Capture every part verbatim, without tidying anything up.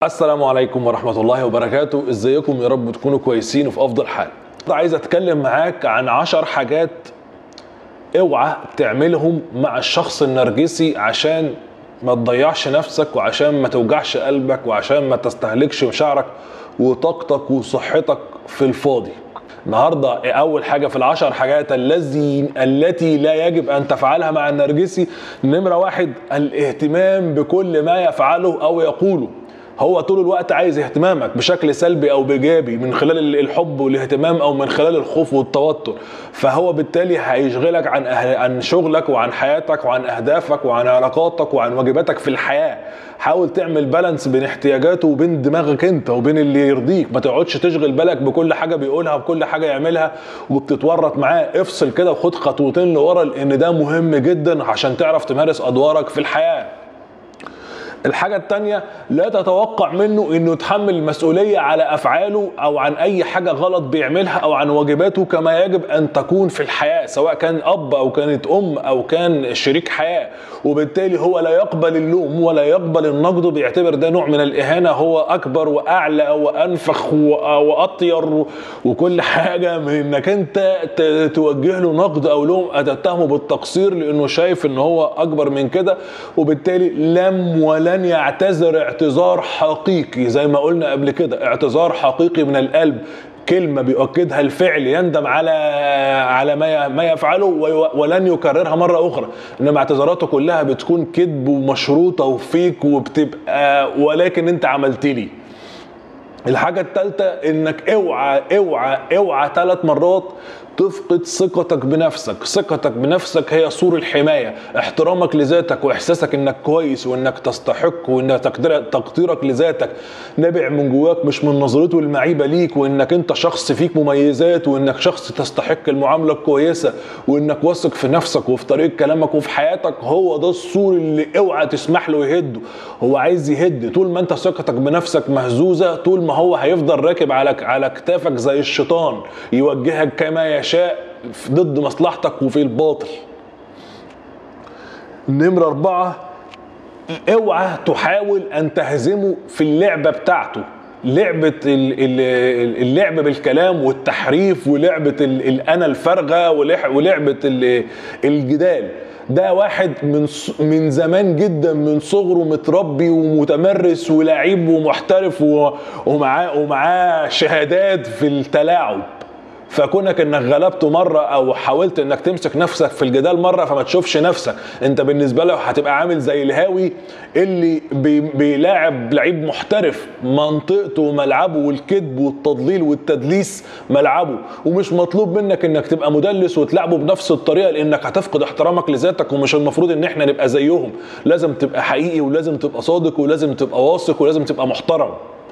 السلام عليكم ورحمة الله وبركاته. ازيكم؟ يا رب تكونوا كويسين وفي افضل حال. عايز اتكلم معاك عن عشر حاجات اوعى تعملهم مع الشخص النرجسي عشان ما تضيعش نفسك وعشان ما توجعش قلبك وعشان ما تستهلكش مشاعرك وطاقتك وصحتك في الفاضي. النهارده اول حاجه في العشر حاجات الذي التي لا يجب ان تفعلها مع النرجسي. نمره واحد، الاهتمام بكل ما يفعله او يقوله. هو طول الوقت عايز اهتمامك بشكل سلبي او بايجابي من خلال الحب والاهتمام او من خلال الخوف والتوتر، فهو بالتالي هيشغلك عن أه... عن شغلك وعن حياتك وعن اهدافك وعن علاقاتك وعن واجباتك في الحياه. حاول تعمل بالانس بين احتياجاته وبين دماغك انت وبين اللي يرضيك. ما تقعدش تشغل بالك بكل حاجه بيقولها وبكل حاجه يعملها وبتتورط معاه. افصل كده وخد خطوتين لورا، لان ده مهم جدا عشان تعرف تمارس ادوارك في الحياه. الحاجة التانية، لا تتوقع منه انه يتحمل المسؤولية على افعاله او عن اي حاجة غلط بيعملها او عن واجباته كما يجب ان تكون في الحياة، سواء كان اب او كانت ام او كان شريك حياة. وبالتالي هو لا يقبل اللوم ولا يقبل النقد، بيعتبر ده نوع من الاهانة. هو اكبر واعلى وانفخ واطير وكل حاجة من انك انت توجه له نقد او لوم تتهمه بالتقصير، لانه شايف ان هو اكبر من كده. وبالتالي لم ولا لن يعتذر اعتذار حقيقي، زي ما قلنا قبل كده، اعتذار حقيقي من القلب، كلمة بيؤكدها الفعل، يندم على على ما ما يفعله ولن يكررها مرة أخرى. إنما اعتذاراته كلها بتكون كذب ومشروطة وفيك وبتبقى ولكن أنت عملت لي. الحاجة الثالثة، إنك اوعى اوعى اوعى ثلاث مرات تفقد ثقتك بنفسك. ثقتك بنفسك هي سور الحماية. احترامك لذاتك واحساسك انك كويس وانك تستحق وان تقديرك لذاتك نابع من جواك، مش من نظرته المعيبة ليك، وانك انت شخص فيك مميزات وانك شخص تستحق المعاملة الكويسة وانك واثق في نفسك وفي طريقة كلامك وفي حياتك. هو ده السور اللي اوعى تسمح له يهده. هو عايز يهد. طول ما انت ثقتك بنفسك مهزوزة، طول ما هو هيفضل راكب على على كتافك زي الشيطان، يوجهك كما يشاء ضد مصلحتك وفي الباطل. نمرة أربعة، اوعى تحاول أن تهزمه في اللعبة بتاعته. لعبة اللعب بالكلام والتحريف ولعبة الأنا الفارغة ولعبة الجدال. ده واحد من من زمان جدا، من صغره متربي ومتمرس ولاعيب ومحترف ومعاه ومعاه شهادات في التلاعب. فكونك انك غلبته مرة او حاولت انك تمسك نفسك في الجدال مرة، فما تشوفش نفسك انت بالنسبة له هتبقى عامل زي الهاوي اللي بي بيلاعب لعيب محترف، منطقته وملعبه والكذب والتضليل والتدليس ملعبه. ومش مطلوب منك انك تبقى مدلس وتلعبه بنفس الطريقة، لانك هتفقد احترامك لذاتك، ومش المفروض ان احنا نبقى زيهم. لازم تبقى حقيقي ولازم تبقى صادق ولازم تبقى واثق ولازم تبقى محترم.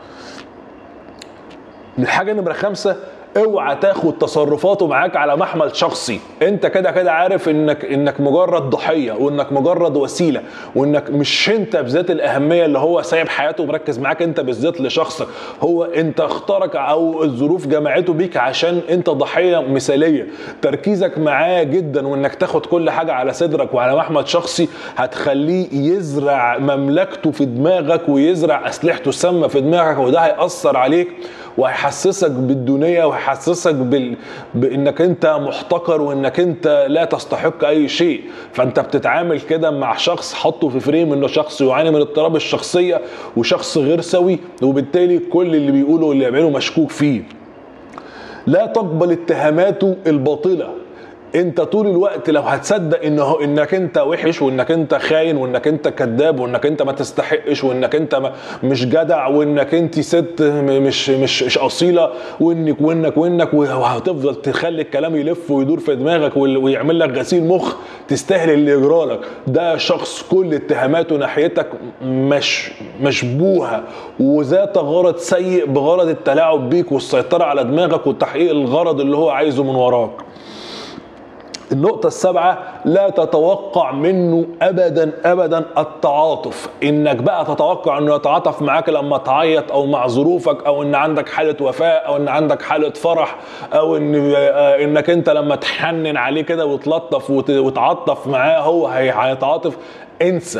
الحاجة نمرة خمسة، اوعى تاخد تصرفاته معاك على محمل شخصي. انت كده كده عارف انك انك مجرد ضحيه وانك مجرد وسيله، وانك مش انت بذات الاهميه اللي هو سايب حياته ومركز معاك انت بالذات لشخصك. هو انت اختارك او الظروف جمعته بيك عشان انت ضحيه مثاليه. تركيزك معاه جدا وانك تاخد كل حاجه على صدرك وعلى محمل شخصي هتخليه يزرع مملكته في دماغك ويزرع اسلحته السامه في دماغك، وده هيأثر عليك وهيحسسك بالدونية وهيحسسك بال... بانك انت محتقر وانك انت لا تستحق اي شيء. فانت بتتعامل كده مع شخص حطه في فريم انه شخص يعاني من اضطراب الشخصية وشخص غير سوي، وبالتالي كل اللي بيقوله واللي يعمله مشكوك فيه. لا تقبل اتهاماته الباطلة. انت طول الوقت لو هتصدق انه انك انت وحش وانك انت خاين وانك انت كذاب وانك انت ما تستحقش وانك انت مش جدع وانك انت ست مش مش مش اصيله وانك وانك وانك وهتفضل تخلي الكلام يلف ويدور في دماغك ويعمل لك غسيل مخ، تستاهل اللي يجرالك. ده شخص كل اتهاماته ناحيتك مش مشبوهه وذات غرض سيء بغرض التلاعب بيك والسيطره على دماغك وتحقيق الغرض اللي هو عايزه من وراك. النقطة السابعة، لا تتوقع منه أبدا أبدا التعاطف. إنك بقى تتوقع إنه يتعاطف معاك لما تعيط أو مع ظروفك أو إن عندك حالة وفاة أو إن عندك حالة فرح أو إن إنك أنت لما تحنن عليه كده وتلطف وتعاطف معاه هو هيتعاطف. انسى.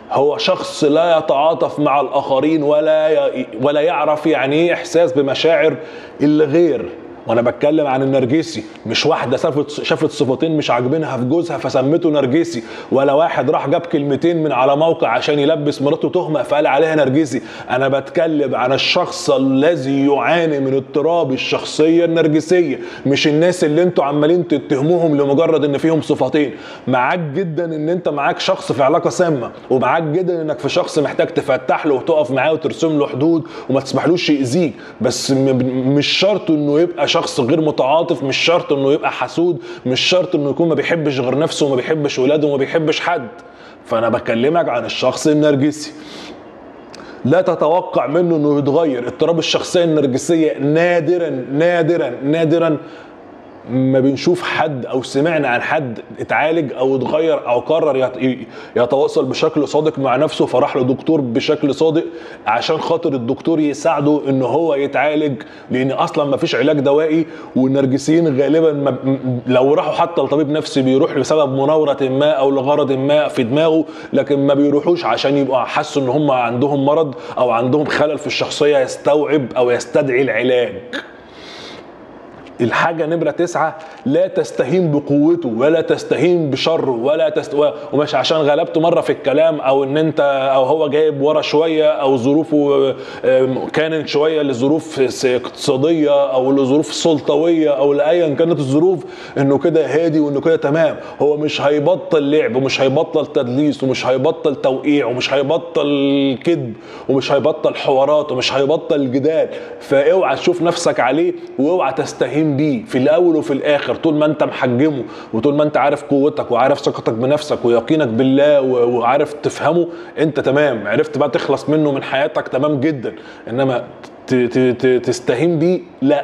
هو شخص لا يتعاطف مع الاخرين ولا ي... ولا يعرف يعني ايه احساس بمشاعر الغير. وانا بتكلم عن النرجسي، مش واحده شافت شافت صفتين مش عاجبينها في جوزها فسمته نرجسي، ولا واحد راح جاب كلمتين من على موقع عشان يلبس مراته تهمه فقال عليها نرجسي. انا بتكلم عن الشخص الذي يعاني من اضطراب الشخصيه النرجسيه، مش الناس اللي انتوا عمالين تتهموهم لمجرد ان فيهم صفتين. معاك جدا ان انت معاك شخص في علاقه سامه، ومعاك جدا انك في شخص محتاج تفتح له وتقف معاه وترسم له حدود وما تسمحلوش يأذيك، بس مش شرط انه يبقى شخص غير متعاطف، مش شرط انه يبقى حسود، مش شرط انه يكون ما بيحبش غير نفسه وما بيحبش ولاده وما بيحبش حد. فانا بكلمك عن الشخص النرجسي، لا تتوقع منه انه يتغير. اضطراب الشخصيه النرجسيه نادرا نادرا نادرا ما بنشوف حد او سمعنا عن حد اتعالج او اتغير او قرر يتواصل بشكل صادق مع نفسه فراح لدكتور بشكل صادق عشان خاطر الدكتور يساعده ان هو يتعالج، لان اصلا ما فيش علاج دوائي. والنرجسيين غالبا لو راحوا حتى لطبيب نفسي بيروح لسبب مناوره ما او لغرض ما في دماغه، لكن ما بيروحوش عشان يبقوا حسوا ان هم عندهم مرض او عندهم خلل في الشخصيه يستوعب او يستدعي العلاج. الحاجة نمرة تسعة، لا تستهين بقوته ولا تستهين بشره ولا تست... ومش عشان غلبته مرة في الكلام او ان انت او هو جايب ورا شوية او ظروفه كانت شوية لظروف اقتصادية او لظروف سلطوية او لأيا كانت الظروف انه كده هادي وانه كده تمام. هو مش هيبطل لعب ومش هيبطل تدليس ومش هيبطل توقيع ومش هيبطل كذب ومش هيبطل حوارات ومش هيبطل جدال. فاوعى تشوف نفسك عليه واوعى تستهين بيه في الاول وفي الاخر. طول ما انت محجمه وطول ما انت عارف قوتك وعارف ثقتك بنفسك ويقينك بالله وعارف تفهمه انت تمام، عرفت بقى تخلص منه من حياتك تمام جدا. انما تستهين بيه لا.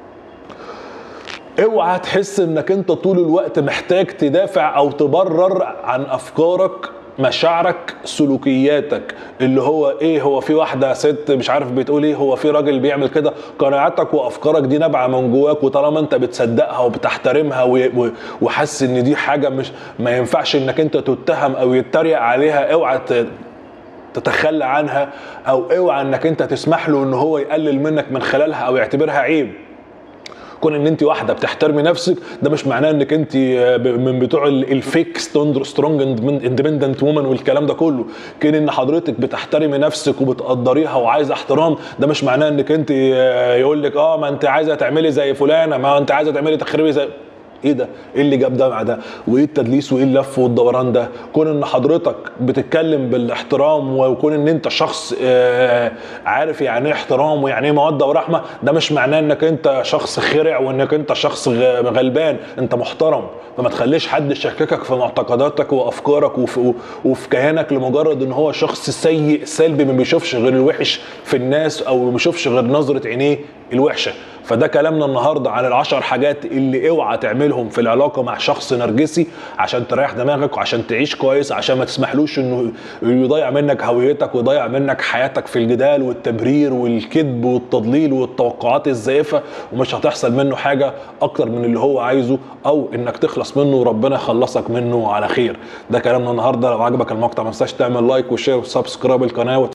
اوعى تحس انك انت طول الوقت محتاج تدافع او تبرر عن افكارك، مشاعرك، سلوكياتك. اللي هو ايه، هو في واحده ست مش عارف بتقول ايه، هو في راجل بيعمل كده. قناعاتك وافكارك دي نابعه من جواك، وطالما انت بتصدقها وبتحترمها وحاسس ان دي حاجه مش ما ينفعش انك انت تتهم او يتريق عليها، اوعى تتخلى عنها او اوعى انك انت تسمح له ان هو يقلل منك من خلالها او يعتبرها عيب. كون ان انت واحده بتحترمي نفسك ده مش معناه انك انت من بتوع الفيك سترونج اندبندنت وومن والكلام ده كله. كون ان حضرتك بتحترمي نفسك وبتقدريها وعايزه احترام ده مش معناه انك انت يقول لك اه ما انت عايزه تعملي زي فلانه، ما انت عايزه تعملي تخربي زي ايه ده؟ ايه اللي جاب ده مع ده؟ وايه التدليس وايه اللف والدوران ده؟ كون ان حضرتك بتتكلم بالاحترام وكون ان انت شخص آه عارف يعني ايه احترام ويعني ايه موده ورحمه، ده مش معناه انك انت شخص خرع وانك انت شخص غلبان. انت محترم، فما تخليش حد يشككك في معتقداتك وافكارك وفي, وفي كيانك لمجرد ان هو شخص سيء سلبي ما بيشوفش غير الوحش في الناس او ما بيشوفش غير نظره عينيه الوحشه. فده كلامنا النهارده عن العشر حاجات اللي اوعى تعملهم في العلاقه مع شخص نرجسي عشان تريح دماغك وعشان تعيش كويس، عشان ما تسمحلوش انه يضيع منك هويتك ويضيع منك حياتك في الجدال والتبرير والكذب والتضليل والتوقعات الزائفه، ومش هتحصل منه حاجه اكتر من اللي هو عايزه او انك تخلص منه وربنا يخلصك منه على خير. ده كلامنا النهارده. لو عجبك المقطع ما تنساش تعمل لايك وشير وسبسكرايب القناه.